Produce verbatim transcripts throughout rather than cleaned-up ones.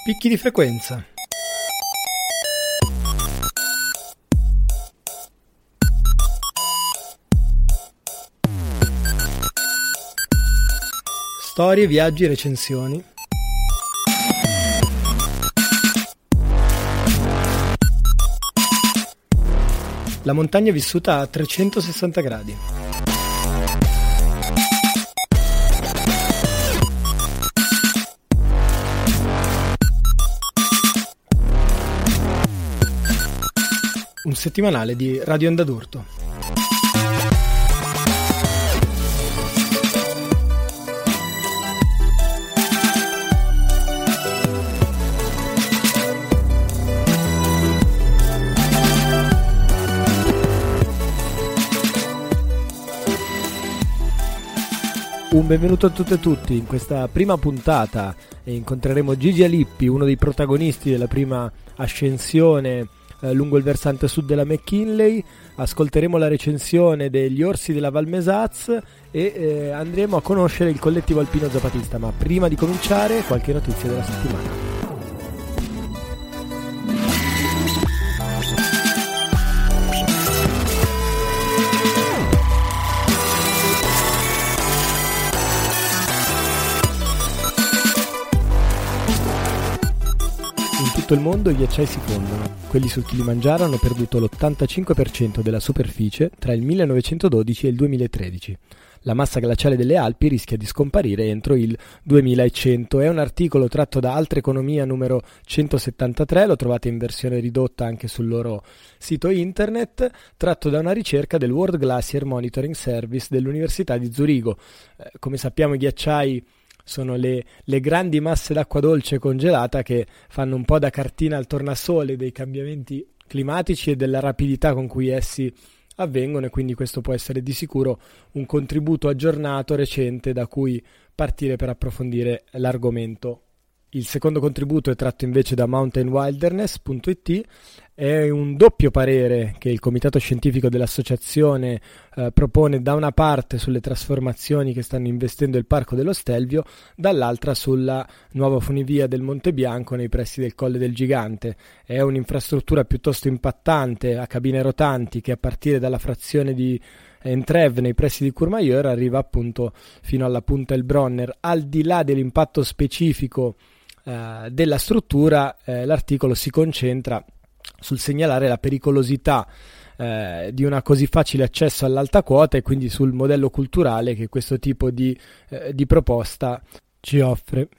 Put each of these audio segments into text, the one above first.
Picchi di frequenza. Storie, viaggi e recensioni. La montagna vissuta a trecentosessanta gradi. Un settimanale di Radio Onda d'Urto. Un benvenuto a tutte e tutti. In questa prima puntata incontreremo Gigi Alippi, uno dei protagonisti della prima ascensione eh, lungo il versante sud della McKinley. Ascolteremo la recensione degli orsi della Valmesaz e eh, andremo a conoscere il collettivo alpino zapatista. Ma prima di cominciare, qualche notizia della settimana. In tutto il mondo i ghiacciai si fondono. Quelli sul Kilimangiaro hanno perduto l'ottantacinque per cento della superficie tra il millenovecentododici e il duemilatredici. La massa glaciale delle Alpi rischia di scomparire entro il duemilacento. È un articolo tratto da Altra Economia numero centosettantatré, lo trovate in versione ridotta anche sul loro sito internet, tratto da una ricerca del World Glacier Monitoring Service dell'Università di Zurigo. Eh, come sappiamo i ghiacciai sono le, le grandi masse d'acqua dolce congelata che fanno un po' da cartina al tornasole dei cambiamenti climatici e della rapidità con cui essi avvengono, e quindi questo può essere di sicuro un contributo aggiornato, recente, da cui partire per approfondire l'argomento. Il secondo contributo è tratto invece da mountain wilderness punto it. È un doppio parere che il comitato scientifico dell'associazione eh, propone, da una parte sulle trasformazioni che stanno investendo il Parco dello Stelvio, dall'altra sulla nuova funivia del Monte Bianco nei pressi del Colle del Gigante. È un'infrastruttura piuttosto impattante a cabine rotanti che, a partire dalla frazione di Entrev nei pressi di Courmayeur, arriva appunto fino alla punta El Bronner. Al di là dell'impatto specifico eh, della struttura, eh, l'articolo si concentra sul segnalare la pericolosità eh, di una così facile accesso all'alta quota e quindi sul modello culturale che questo tipo di, eh, di proposta ci offre.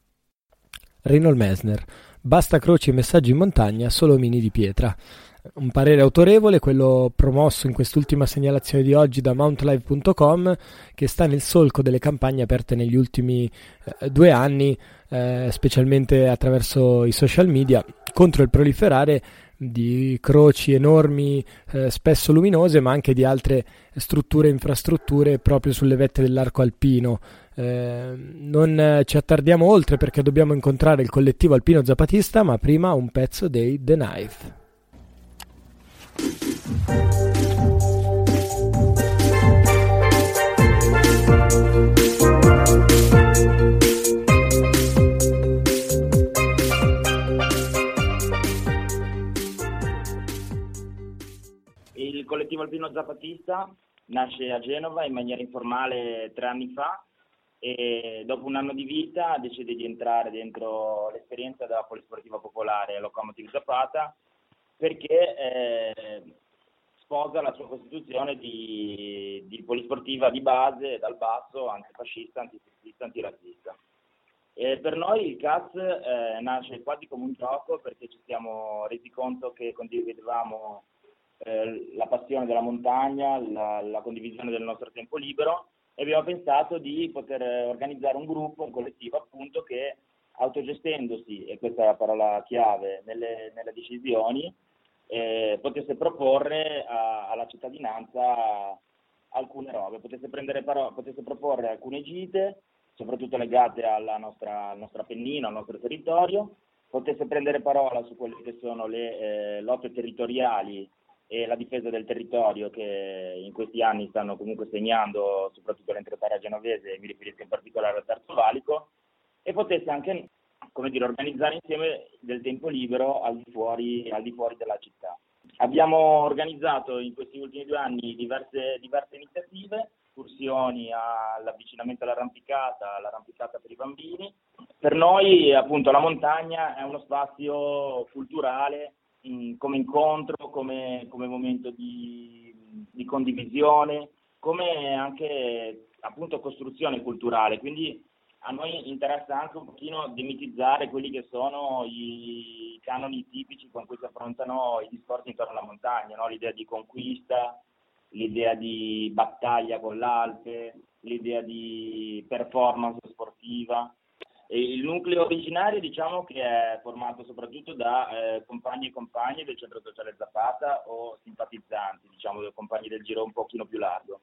Reinhold Messner: basta croci e messaggi in montagna, solo omini di pietra. Un parere autorevole, quello promosso in quest'ultima segnalazione di oggi da mount live punto com, che sta nel solco delle campagne aperte negli ultimi eh, due anni, eh, specialmente attraverso i social media, contro il proliferare di croci enormi, eh, spesso luminose, ma anche di altre strutture e infrastrutture proprio sulle vette dell'arco alpino. Eh, non eh, ci attardiamo oltre perché dobbiamo incontrare il collettivo alpino zapatista, ma prima un pezzo dei The Knife. Il collettivo alpino zapatista nasce a Genova in maniera informale tre anni fa e dopo un anno di vita decide di entrare dentro l'esperienza della polisportiva popolare Locomotive Zapata, perché eh, sposa la sua costituzione di, di polisportiva di base, dal basso, antifascista, antisessista, antirazzista. E per noi il C A Z eh, nasce quasi come un gioco, perché ci siamo resi conto che condividevamo eh, la passione della montagna, la, la condivisione del nostro tempo libero, e abbiamo pensato di poter organizzare un gruppo, un collettivo appunto, che autogestendosi, e questa è la parola chiave, nelle, nelle decisioni, eh, potesse proporre a, alla cittadinanza alcune robe, potesse, prendere paro- potesse proporre alcune gite, soprattutto legate alla nostra, al nostro Appennino, al nostro territorio, potesse prendere parola su quelle che sono le eh, lotte territoriali e la difesa del territorio, che in questi anni stanno comunque segnando soprattutto l'entroterra genovese, mi riferisco in particolare al Terzo Valico, e potesse anche come dire, organizzare insieme del tempo libero al di fuori, al di fuori della città. Abbiamo organizzato in questi ultimi due anni diverse, diverse iniziative, escursioni all'avvicinamento all'arrampicata, all'arrampicata per i bambini. Per noi appunto la montagna è uno spazio culturale, mh, come incontro, come, come momento di, di condivisione, come anche appunto costruzione culturale, quindi a noi interessa anche un pochino demitizzare quelli che sono i canoni tipici con cui si affrontano i discorsi intorno alla montagna, no? L'idea di conquista, l'idea di battaglia con l'Alpe, l'idea di performance sportiva. E il nucleo originario diciamo che è formato soprattutto da eh, compagni e compagne del Centro Sociale Zapata o simpatizzanti, diciamo, dei compagni del giro un pochino più largo.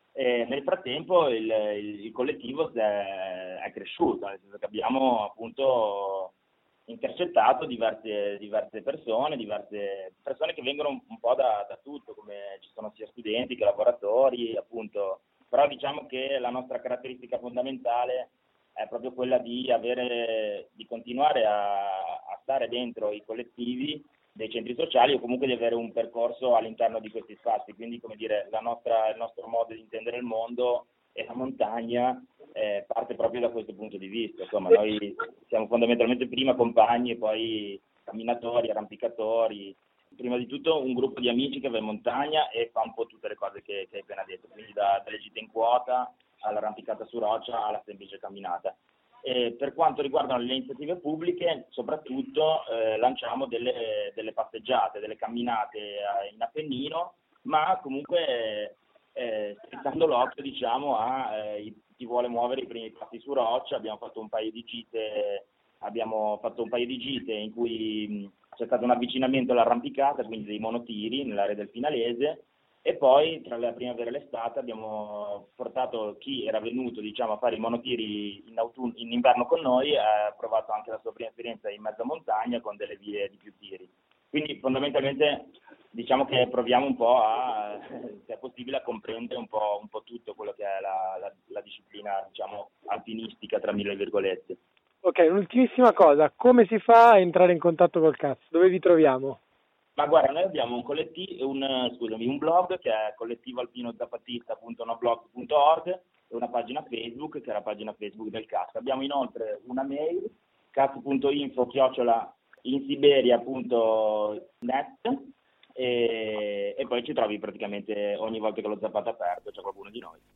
E nel frattempo il, il, il collettivo è, è cresciuto, nel senso che abbiamo appunto intercettato diverse, diverse persone, diverse persone che vengono un, un po' da, da tutto, come ci sono sia studenti che lavoratori, appunto, però diciamo che la nostra caratteristica fondamentale è proprio quella di avere, di continuare a, a stare dentro i collettivi dei centri sociali o comunque di avere un percorso all'interno di questi spazi, quindi come dire la nostra, il nostro modo di intendere il mondo e la montagna eh, parte proprio da questo punto di vista. Insomma, noi siamo fondamentalmente prima compagni e poi camminatori, arrampicatori, prima di tutto un gruppo di amici che va in montagna e fa un po' tutte le cose che, che hai appena detto, quindi da, dalle gite in quota all'arrampicata su roccia alla semplice camminata. E per quanto riguardano le iniziative pubbliche, soprattutto eh, lanciamo delle, delle passeggiate, delle camminate eh, in Appennino, ma comunque eh, strizzando l'occhio diciamo a eh, chi vuole muovere i primi passi su roccia. Abbiamo fatto un paio di gite, abbiamo fatto un paio di gite in cui mh, c'è stato un avvicinamento all'arrampicata, quindi dei monotiri nell'area del Finalese. E poi tra la primavera e l'estate abbiamo portato chi era venuto diciamo a fare i monotiri in, autunno, in inverno con noi, ha provato anche la sua prima esperienza in mezza montagna con delle vie di più tiri. Quindi fondamentalmente diciamo che proviamo un po' a, se è possibile, a comprendere un po', un po' tutto quello che è la, la, la disciplina diciamo alpinistica tra mille virgolette. Ok, un'ultimissima cosa, come si fa a entrare in contatto col C A Z? Dove vi troviamo? Ma guarda, noi abbiamo un collettivo, un, scusami, un blog che è collettivo alpino zapatista punto noblog punto org e una pagina Facebook che è la pagina Facebook del C A Z. Abbiamo inoltre una mail, caz punto info chiocciola insiberia punto net e, e poi ci trovi praticamente ogni volta che lo Zapata è aperto, c'è qualcuno di noi.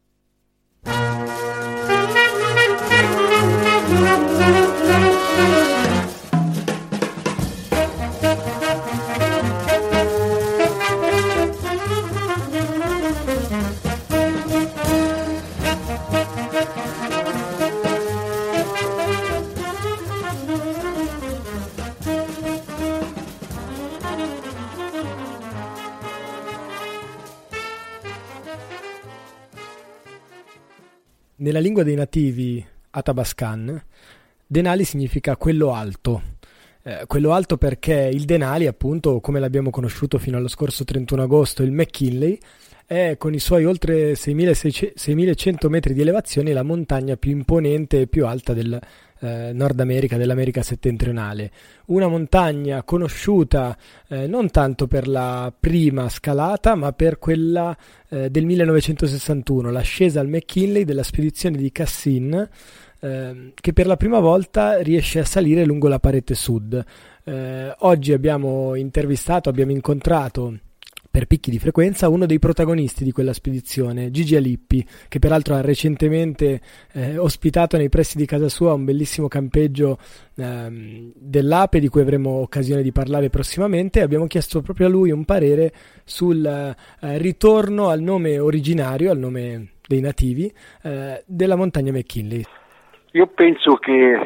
Nella lingua dei nativi Athabascan, Denali significa quello alto. Eh, quello alto perché il Denali, appunto, come l'abbiamo conosciuto fino allo scorso trentuno agosto, il McKinley, è con i suoi oltre seimilacento metri di elevazione la montagna più imponente e più alta del eh, Nord America, dell'America settentrionale. Una montagna conosciuta eh, non tanto per la prima scalata, ma per quella eh, del millenovecentosessantuno, l'ascesa al McKinley della spedizione di Cassin, eh, che per la prima volta riesce a salire lungo la parete sud. Eh, oggi abbiamo intervistato, abbiamo incontrato per picchi di frequenza uno dei protagonisti di quella spedizione, Gigi Alippi, che peraltro ha recentemente eh, ospitato nei pressi di casa sua un bellissimo campeggio ehm, dell'Ape, di cui avremo occasione di parlare prossimamente. Abbiamo chiesto proprio a lui un parere sul eh, ritorno al nome originario, al nome dei nativi, eh, della montagna McKinley. Io penso che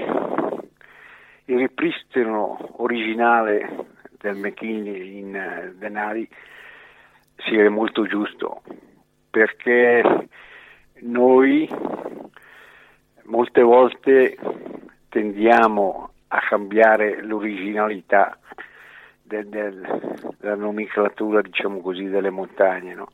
il ripristino originale del McKinley in uh, Denali sia molto giusto, perché noi molte volte tendiamo a cambiare l'originalità del, del, della nomenclatura, diciamo così, delle montagne, no?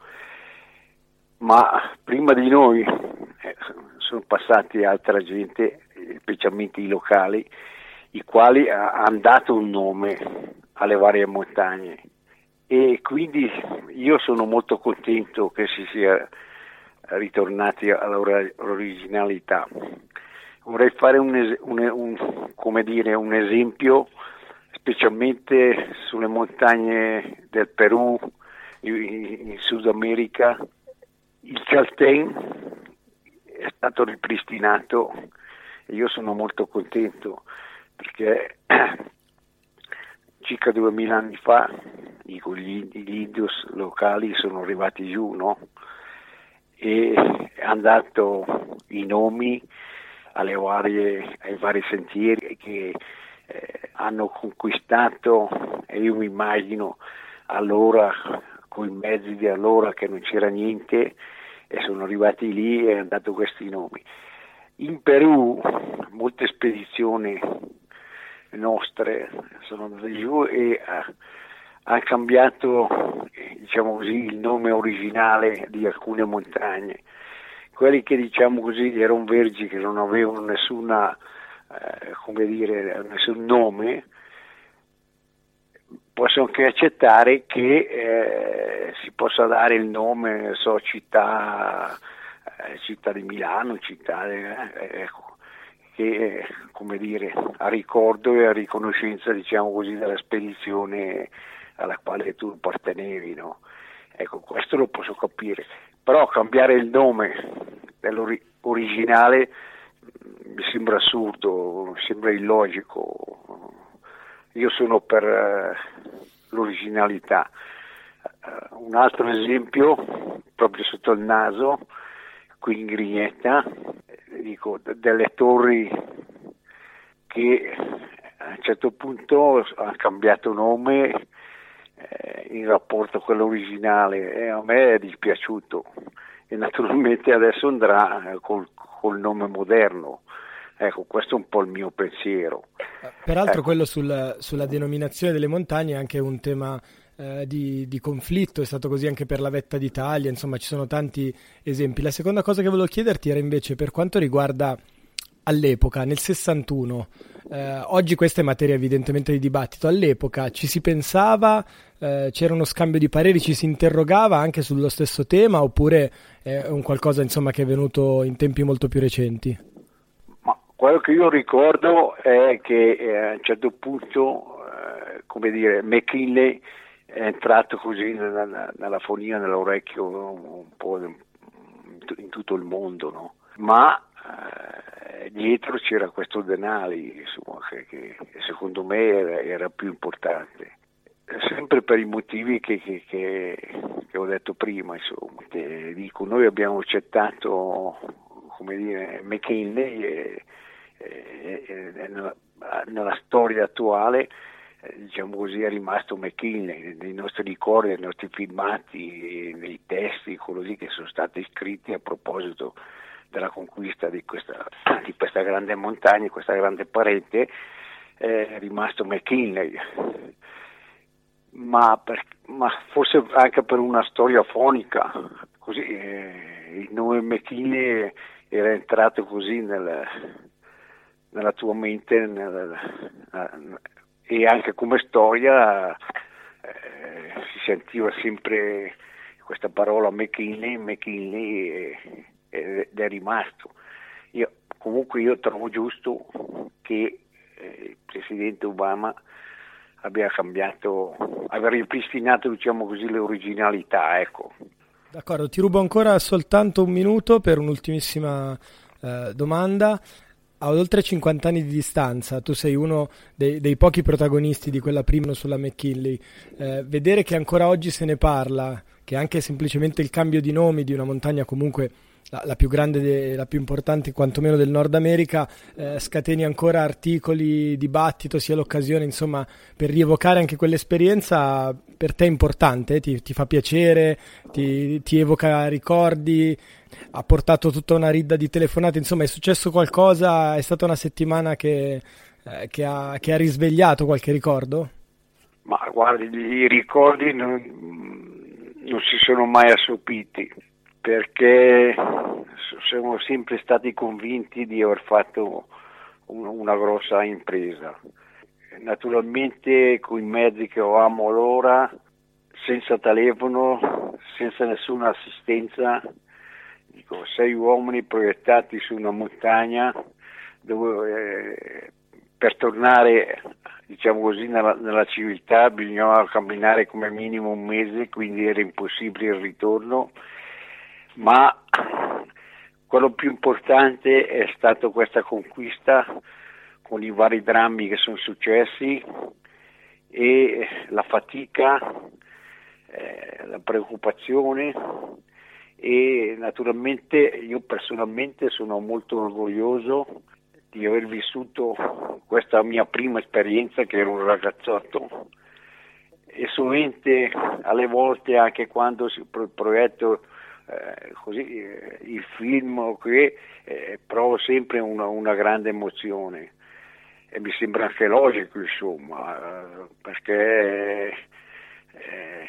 Ma prima di noi eh, sono passati altra gente, specialmente i locali, i quali hanno dato un nome alle varie montagne, e quindi io sono molto contento che si sia ritornati all'originalità. Vorrei fare un, es- un, un, come dire, un esempio, specialmente sulle montagne del Perù, in, in Sud America. Il Chaltén è stato ripristinato e io sono molto contento, perché circa duemila anni fa gli, gli indios locali sono arrivati giù, no? E hanno dato i nomi alle varie, ai vari sentieri che eh, hanno conquistato, e io mi immagino allora, con i mezzi di allora che non c'era niente, e sono arrivati lì e hanno dato questi nomi. In Perù molte spedizioni nostre sono andate giù e uh, hanno cambiato, diciamo così, il nome originale di alcune montagne. Quelli che, diciamo così, erano vergini, che non avevano nessuna, eh, come dire, nessun nome, possono anche accettare che eh, si possa dare il nome, non so, città, eh, città di Milano, città, eh, ecco, che, come dire, a ricordo e a riconoscenza, diciamo così, della spedizione alla quale tu appartenevi, no? Ecco, questo lo posso capire, però cambiare il nome dell'originale mi sembra assurdo, mi sembra illogico. Io sono per uh, l'originalità. Uh, un altro esempio, proprio sotto il naso, qui in Grignetta, dico, d- delle torri che a un certo punto hanno cambiato nome eh, in rapporto a quello originale, e a me è dispiaciuto, e naturalmente adesso andrà eh, col, col nome moderno. Ecco, questo è un po' il mio pensiero. Peraltro ecco. Quello sul, sulla denominazione delle montagne è anche un tema eh, di, di conflitto, è stato così anche per la Vetta d'Italia, insomma ci sono tanti esempi. La seconda cosa che volevo chiederti era invece per quanto riguarda all'epoca, nel sessantuno, eh, oggi questa è materia evidentemente di dibattito, all'epoca ci si pensava, eh, c'era uno scambio di pareri, ci si interrogava anche sullo stesso tema, oppure è un qualcosa insomma che è venuto in tempi molto più recenti? Quello che io ricordo è che eh, a un certo punto, eh, come dire, McKinley è entrato così nella, nella fonia, nell'orecchio, un po' in, in tutto il mondo, no? Ma eh, dietro c'era questo Denali, insomma, che, che secondo me era, era più importante, sempre per i motivi che, che, che, che ho detto prima, insomma. Che dico, noi abbiamo accettato, come dire, McKinley e E, e, e nella, nella storia attuale, eh, diciamo così, è rimasto McKinley nei nostri ricordi, nei nostri filmati, nei testi, così, che sono stati scritti a proposito della conquista di questa, di questa grande montagna, questa grande parete, è rimasto McKinley. Ma, per, ma forse anche per una storia fonica, così eh, il nome McKinley era entrato così nel nella tua mente, nella, e anche come storia eh, si sentiva sempre questa parola McKinley, McKinley ed è rimasto. Io, comunque io trovo giusto che eh, il presidente Obama abbia cambiato, abbia ripristinato, diciamo così, l'originalità, ecco. D'accordo, ti rubo ancora soltanto un minuto per un'ultimissima eh, domanda. A oltre cinquanta anni di distanza, tu sei uno dei, dei pochi protagonisti di quella prima sulla McKinley, eh, vedere che ancora oggi se ne parla, che anche semplicemente il cambio di nomi di una montagna comunque la, la più grande, de, la più importante quantomeno del Nord America, eh, scateni ancora articoli, dibattito, sia l'occasione insomma per rievocare anche quell'esperienza, per te è importante, ti, ti fa piacere, ti, ti evoca ricordi, ha portato tutta una ridda di telefonate, insomma è successo qualcosa, è stata una settimana che, eh, che, ha, che ha risvegliato qualche ricordo? Ma guardi, i ricordi non, non si sono mai assopiti, perché siamo sempre stati convinti di aver fatto un, una grossa impresa. Naturalmente con i mezzi che avevamo allora, senza telefono, senza nessuna assistenza, dico, sei uomini proiettati su una montagna dove eh, per tornare, diciamo così, nella, nella civiltà bisognava camminare come minimo un mese, quindi era impossibile il ritorno, ma quello più importante è stata questa conquista con i vari drammi che sono successi e la fatica, eh, la preoccupazione, e naturalmente io personalmente sono molto orgoglioso di aver vissuto questa mia prima esperienza, che ero un ragazzotto, e sovente alle volte anche quando si pro- proietto eh, così eh, il film che eh, provo sempre una, una grande emozione, e mi sembra anche logico, insomma, eh, perché eh,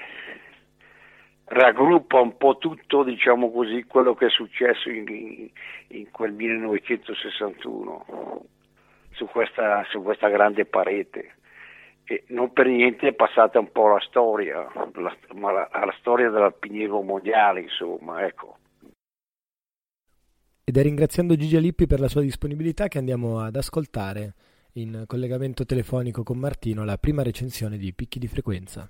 raggruppa un po' tutto, diciamo così, quello che è successo in, in, in quel millenovecentosessantuno su questa, su questa grande parete, e non per niente è passata un po' la storia, la, ma la, la storia dell'alpinismo mondiale, insomma, ecco. Ed è ringraziando Gigi Lippi per la sua disponibilità che andiamo ad ascoltare in collegamento telefonico con Martino la prima recensione di Picchi di Frequenza.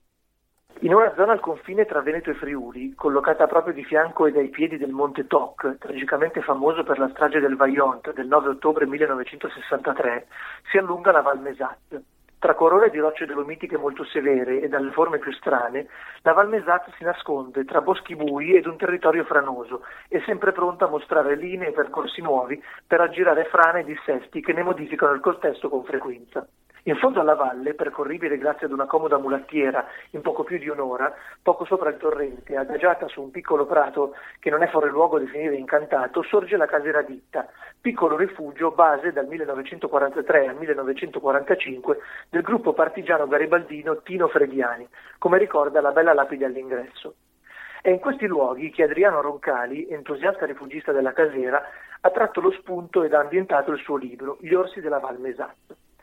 In una zona al confine tra Veneto e Friuli, collocata proprio di fianco e dai piedi del Monte Toc, tragicamente famoso per la strage del Vajont del nove ottobre millenovecentosessantatré, si allunga la Val Mesat. Tra corone di rocce dolomitiche molto severe e dalle forme più strane, la Val Mesat si nasconde tra boschi bui ed un territorio franoso, e sempre pronta a mostrare linee e percorsi nuovi per aggirare frane e dissesti che ne modificano il contesto con frequenza. In fondo alla valle, percorribile grazie ad una comoda mulattiera in poco più di un'ora, poco sopra il torrente, adagiata su un piccolo prato che non è fuori luogo definire incantato, sorge la Casera Ditta, piccolo rifugio base dal millenovecentoquarantatré al millenovecentoquarantacinque del gruppo partigiano garibaldino Tino Frediani, come ricorda la bella lapide all'ingresso. È in questi luoghi che Adriano Roncali, entusiasta rifugista della Casera, ha tratto lo spunto ed ha ambientato il suo libro Gli orsi della Val Mesat.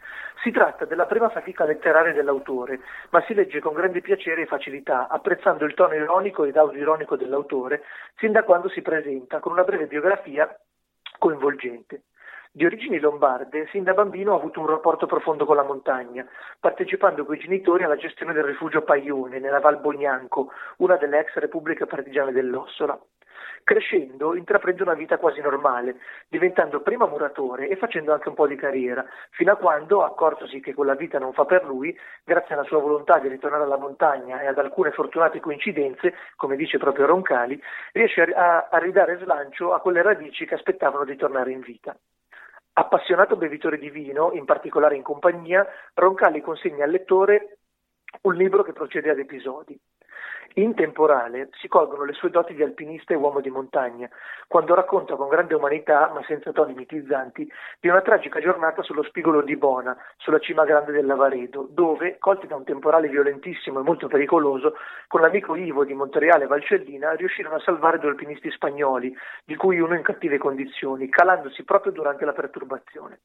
Si tratta della prima fatica letteraria dell'autore, ma si legge con grande piacere e facilità, apprezzando il tono ironico ed autoironico dell'autore, sin da quando si presenta con una breve biografia coinvolgente. Di origini lombarde, sin da bambino ha avuto un rapporto profondo con la montagna, partecipando coi genitori alla gestione del rifugio Paione, nella Val Bognanco, una delle ex repubbliche partigiane dell'Ossola. Crescendo intraprende una vita quasi normale, diventando prima muratore e facendo anche un po' di carriera, fino a quando, accortosi che quella vita non fa per lui, grazie alla sua volontà di ritornare alla montagna e ad alcune fortunate coincidenze, come dice proprio Roncali, riesce a, a ridare slancio a quelle radici che aspettavano di tornare in vita. Appassionato bevitore di vino, in particolare in compagnia, Roncali consegna al lettore un libro che procede ad episodi. In temporale si colgono le sue doti di alpinista e uomo di montagna, quando racconta con grande umanità, ma senza toni mitizzanti, di una tragica giornata sullo spigolo di Bona, sulla cima grande del Lavaredo, dove, colti da un temporale violentissimo e molto pericoloso, con l'amico Ivo di Montereale Valcellina riuscirono a salvare due alpinisti spagnoli, di cui uno in cattive condizioni, calandosi proprio durante la perturbazione.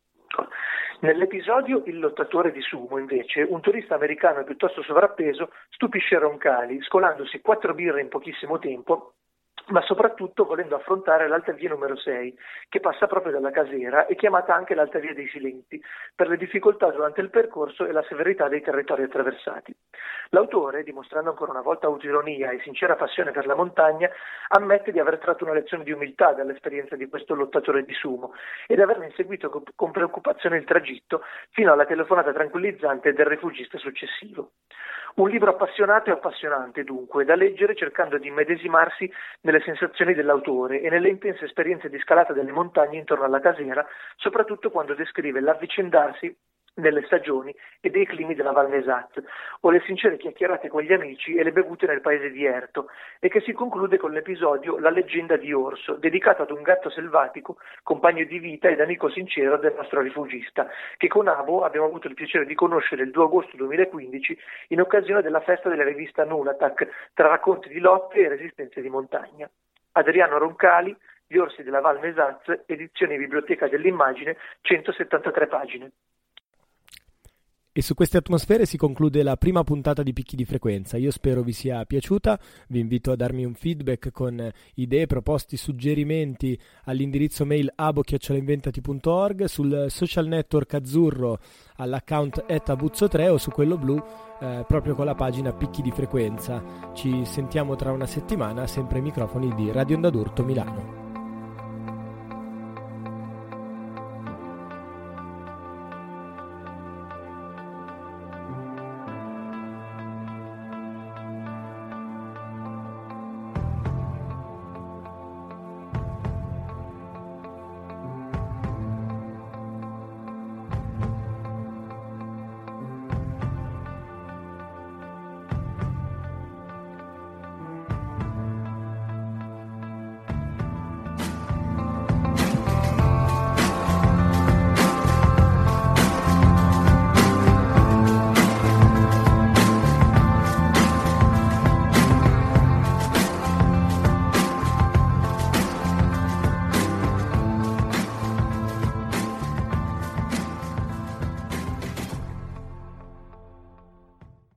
Nell'episodio Il lottatore di sumo, invece, un turista americano piuttosto sovrappeso stupisce Roncali, scolandosi quattro birre in pochissimo tempo, ma soprattutto volendo affrontare l'Alta Via numero sei, che passa proprio dalla Casera e chiamata anche l'Alta Via dei Silenti, per le difficoltà durante il percorso e la severità dei territori attraversati. L'autore, dimostrando ancora una volta autoironia e sincera passione per la montagna, ammette di aver tratto una lezione di umiltà dall'esperienza di questo lottatore di sumo ed averne inseguito con preoccupazione il tragitto fino alla telefonata tranquillizzante del rifugista successivo. Un libro appassionato e appassionante, dunque, da leggere cercando di immedesimarsi nelle sensazioni dell'autore e nelle intense esperienze di scalata delle montagne intorno alla Casera, soprattutto quando descrive l'avvicendarsi delle stagioni e dei climi della Val Mesat, o le sincere chiacchierate con gli amici e le bevute nel paese di Erto, e che si conclude con l'episodio La leggenda di Orso, dedicato ad un gatto selvatico, compagno di vita ed amico sincero del nostro rifugista, che con Abo abbiamo avuto il piacere di conoscere il due agosto duemilaquindici in occasione della festa della rivista Nunatak, tra racconti di lotte e resistenze di montagna. Adriano Roncali, Gli orsi della Val Mesaz, edizione Biblioteca dell'Immagine, centosettantatré pagine. E su queste atmosfere si conclude la prima puntata di Picchi di Frequenza. Io spero vi sia piaciuta, vi invito a darmi un feedback con idee, proposti, suggerimenti all'indirizzo mail abo chiocciola inventati punto org, sul social network azzurro all'account at abuzzo tre o su quello blu eh, proprio con la pagina Picchi di Frequenza. Ci sentiamo tra una settimana, sempre ai microfoni di Radio Onda d'Urto Milano.